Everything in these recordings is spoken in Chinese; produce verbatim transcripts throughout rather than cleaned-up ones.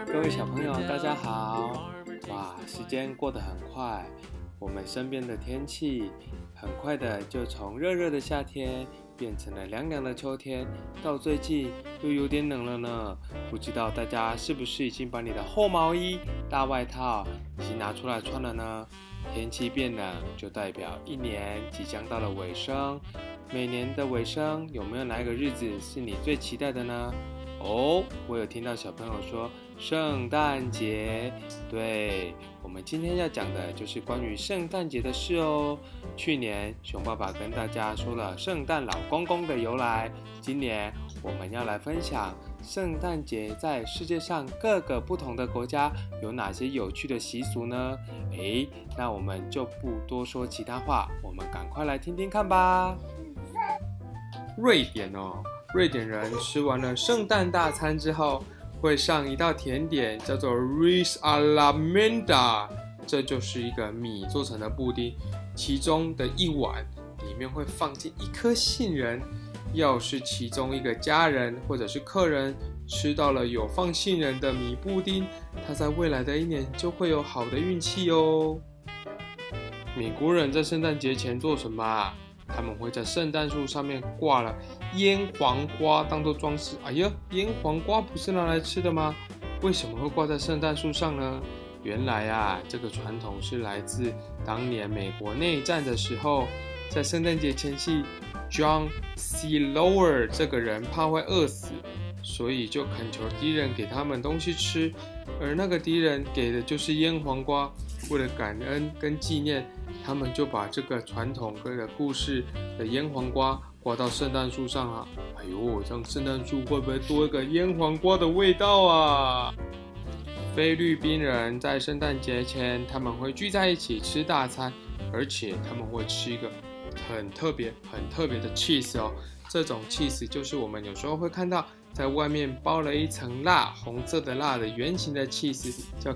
各位小朋友，大家好！哇，时间过得很快，我们身边的天气很快的就从热热的夏天变成了凉凉的秋天，到最近又有点冷了呢。不知道大家是不是已经把你的厚毛衣、大外套已经拿出来穿了呢？天气变冷，就代表一年即将到了尾声。每年的尾声，有没有哪一个日子是你最期待的呢？哦，我有听到小朋友说圣诞节，对，我们今天要讲的就是关于圣诞节的事哦。去年熊爸爸跟大家说了圣诞老公公的由来，今年我们要来分享圣诞节在世界上各个不同的国家有哪些有趣的习俗呢？诶，那我们就不多说其他话，我们赶快来听听看吧。瑞典哦。瑞典人吃完了圣诞大餐之后，会上一道甜点，叫做 Ris alla Menta， 这就是一个米做成的布丁，其中的一碗里面会放进一颗杏仁。要是其中一个家人或者是客人吃到了有放杏仁的米布丁，他在未来的一年就会有好的运气哦。美国人在圣诞节前做什么啊？他们会在圣诞树上面挂了腌黄瓜当做装饰。哎呀，腌黄瓜不是拿来吃的吗？为什么会挂在圣诞树上呢？原来啊，这个传统是来自当年美国内战的时候，在圣诞节前夕 ，John C. Lower 这个人怕会饿死，所以就恳求敌人给他们东西吃，而那个敌人给的就是腌黄瓜。为了感恩跟纪念，他们就把这个传统跟的故事的腌黄瓜挂到圣诞树上啊！哎呦，这样圣诞树会不会多一个腌黄瓜的味道啊？菲律宾人在圣诞节前，他们会聚在一起吃大餐，而且他们会吃一个很特别、很特别的 cheese 哦。这种 cheese 就是我们有时候会看到在外面包了一层蜡，红色的蜡的圆形的 cheese 叫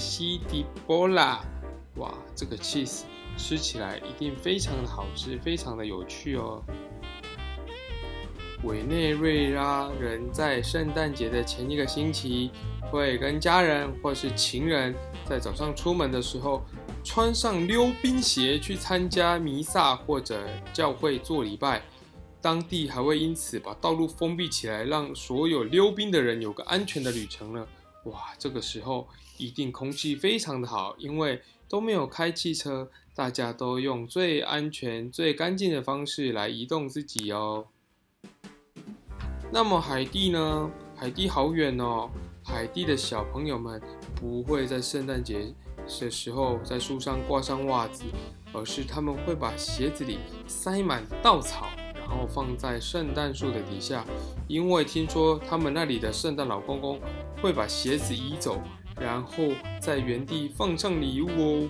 quesadilla。哇，这个 cheese 吃起来一定非常的好吃，非常的有趣哦。委内瑞拉人在圣诞节的前一个星期，会跟家人或是情人在早上出门的时候，穿上溜冰鞋去参加弥撒或者教会做礼拜。当地还会因此把道路封闭起来，让所有溜冰的人有个安全的旅程呢。哇，这个时候一定空气非常的好，因为都没有开汽车，大家都用最安全、最干净的方式来移动自己哦。那么海地呢？海地好远哦。海地的小朋友们不会在圣诞节的时候在树上挂上袜子，而是他们会把鞋子里塞满稻草，然后放在圣诞树的底下，因为听说他们那里的圣诞老公公会把鞋子移走，然后在原地放上礼物哦。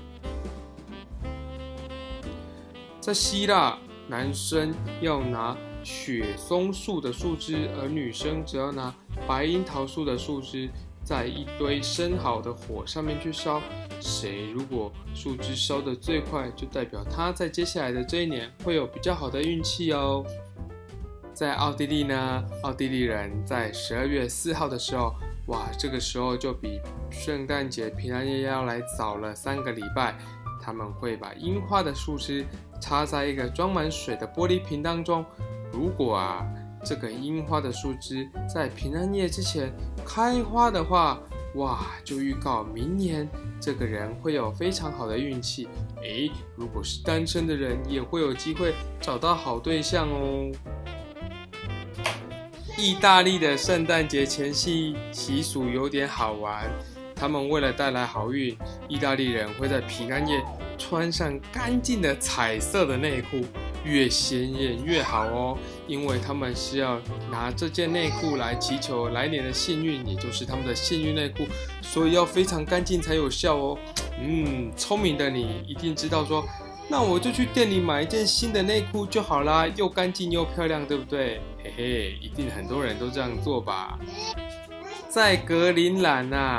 在希腊，男生要拿雪松树的树枝，而女生只要拿白樱桃树的树枝，在一堆生好的火上面去烧。谁如果树枝烧得最快，就代表他在接下来的这一年会有比较好的运气哦。在奥地利呢，奥地利人在十二月四号的时候，哇，这个时候就比圣诞节平安夜要来早了三个礼拜。他们会把樱花的树枝插在一个装满水的玻璃瓶当中。如果啊，这个樱花的树枝在平安夜之前开花的话，哇，就预告明年这个人会有非常好的运气。诶，如果是单身的人，也会有机会找到好对象哦。意大利的圣诞节前夕习俗有点好玩，他们为了带来好运，意大利人会在平安夜穿上干净的彩色的内裤，越鲜艳越好哦，因为他们是要拿这件内裤来祈求来年的幸运，也就是他们的幸运内裤，所以要非常干净才有效哦。嗯，聪明的你一定知道说，那我就去店里买一件新的内裤就好啦，又干净又漂亮，对不对？嘿嘿，一定很多人都这样做吧。在格陵兰啊，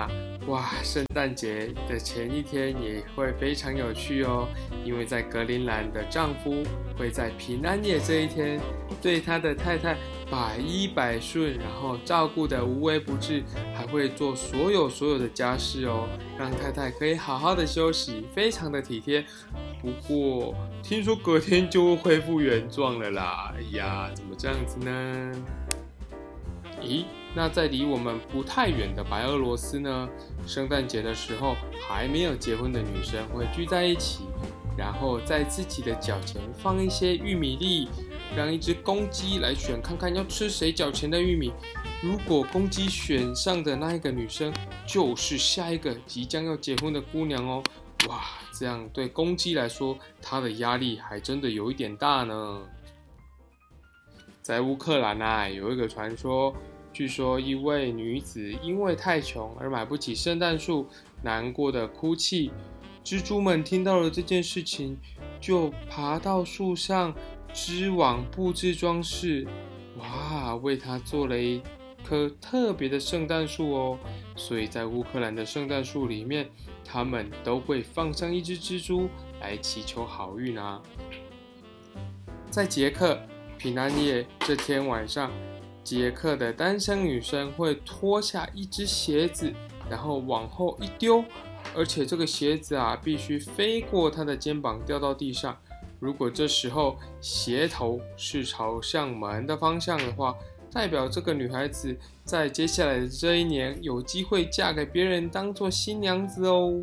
哇，圣诞节的前一天也会非常有趣哦，因为在格陵兰的丈夫会在平安夜这一天对他的太太百依百顺，然后照顾得无微不至，还会做所有所有的家事哦，让太太可以好好的休息，非常的体贴。不过听说隔天就会恢复原状了啦，哎呀，怎么这样子呢？咦，那在离我们不太远的白俄罗斯呢，圣诞节的时候，还没有结婚的女生会聚在一起，然后在自己的脚前放一些玉米粒，让一只公鸡来选看看要吃谁脚前的玉米。如果公鸡选上的那一个女生，就是下一个即将要结婚的姑娘哦。哇，这样对公鸡来说，它的压力还真的有一点大呢。在乌克兰啊，有一个传说，据说一位女子因为太穷而买不起圣诞树，难过的哭泣。蜘蛛们听到了这件事情，就爬到树上织网布置装饰，哇，为她做了一棵特别的圣诞树哦。所以在乌克兰的圣诞树里面，他们都会放上一只蜘蛛来祈求好运啊。在捷克平安夜这天晚上，捷克的单身女生会脱下一只鞋子，然后往后一丢，而且这个鞋子啊必须飞过她的肩膀掉到地上。如果这时候鞋头是朝向门的方向的话，代表这个女孩子在接下来的这一年有机会嫁给别人当做新娘子哦。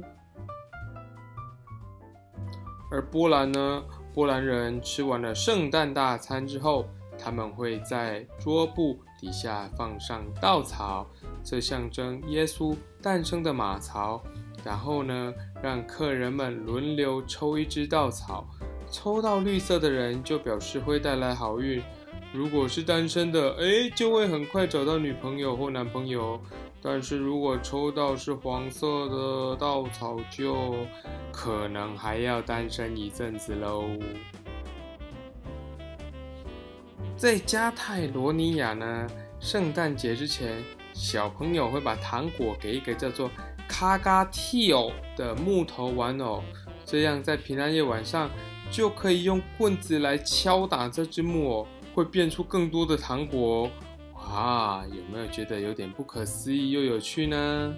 而波兰呢？波兰人吃完了圣诞大餐之后，他们会在桌布底下放上稻草，这象征耶稣诞生的马槽。然后呢，让客人们轮流抽一只稻草，抽到绿色的人就表示会带来好运。如果是单身的，哎，就会很快找到女朋友或男朋友。但是如果抽到是黄色的稻草，就可能还要单身一阵子喽。在加泰罗尼亚呢，圣诞节之前，小朋友会把糖果给一个叫做卡嘎蒂欧的木头玩偶，这样在平安夜晚上就可以用棍子来敲打这只木偶，会变出更多的糖果哦。哇，有没有觉得有点不可思议又有趣呢？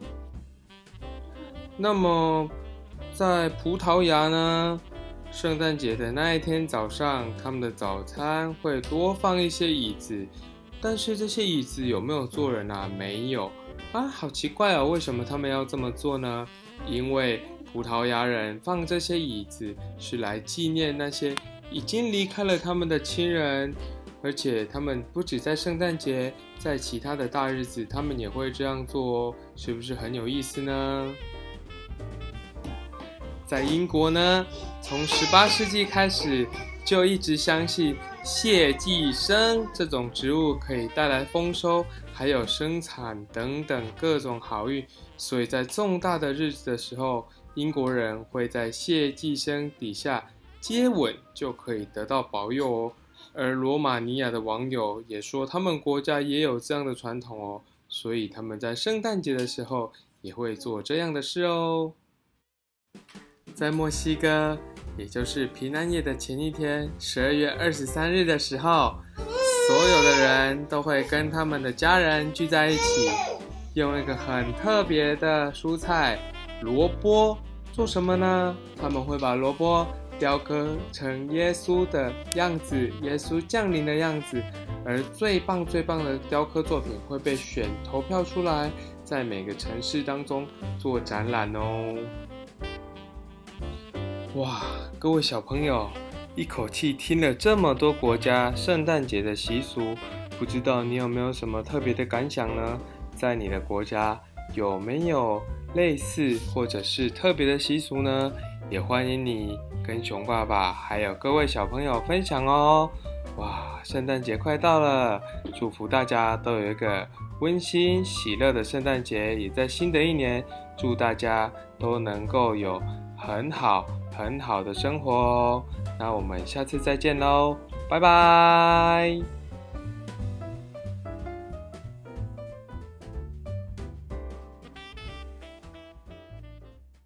那么在葡萄牙呢，圣诞节的那一天早上，他们的早餐会多放一些椅子，但是这些椅子有没有坐人啊？没有啊，好奇怪哦，为什么他们要这么做呢？因为葡萄牙人放这些椅子是来纪念那些已经离开了他们的亲人。而且他们不只在圣诞节，在其他的大日子，他们也会这样做哦，是不是很有意思呢？在英国呢，从十八世纪开始，就一直相信谢寄生这种植物可以带来丰收，还有生产等等各种好运，所以在重大的日子的时候，英国人会在谢寄生底下接吻，就可以得到保佑哦。而罗马尼亚的网友也说，他们国家也有这样的传统哦，所以他们在圣诞节的时候也会做这样的事哦。在墨西哥，也就是平安夜的前一天，十二月二十三日的时候，所有的人都会跟他们的家人聚在一起，用一个很特别的蔬菜萝卜做什么呢？他们会把萝卜雕刻成耶稣的样子，耶稣降临的样子，而最棒最棒的雕刻作品会被选投票出来，在每个城市当中做展览哦。哇，各位小朋友，一口气听了这么多国家圣诞节的习俗，不知道你有没有什么特别的感想呢？在你的国家有没有类似或者是特别的习俗呢？也欢迎你跟熊爸爸还有各位小朋友分享哦。哇，圣诞节快到了，祝福大家都有一个温馨喜乐的圣诞节，也在新的一年，祝大家都能够有很好很好的生活哦。那我们下次再见喽，拜拜。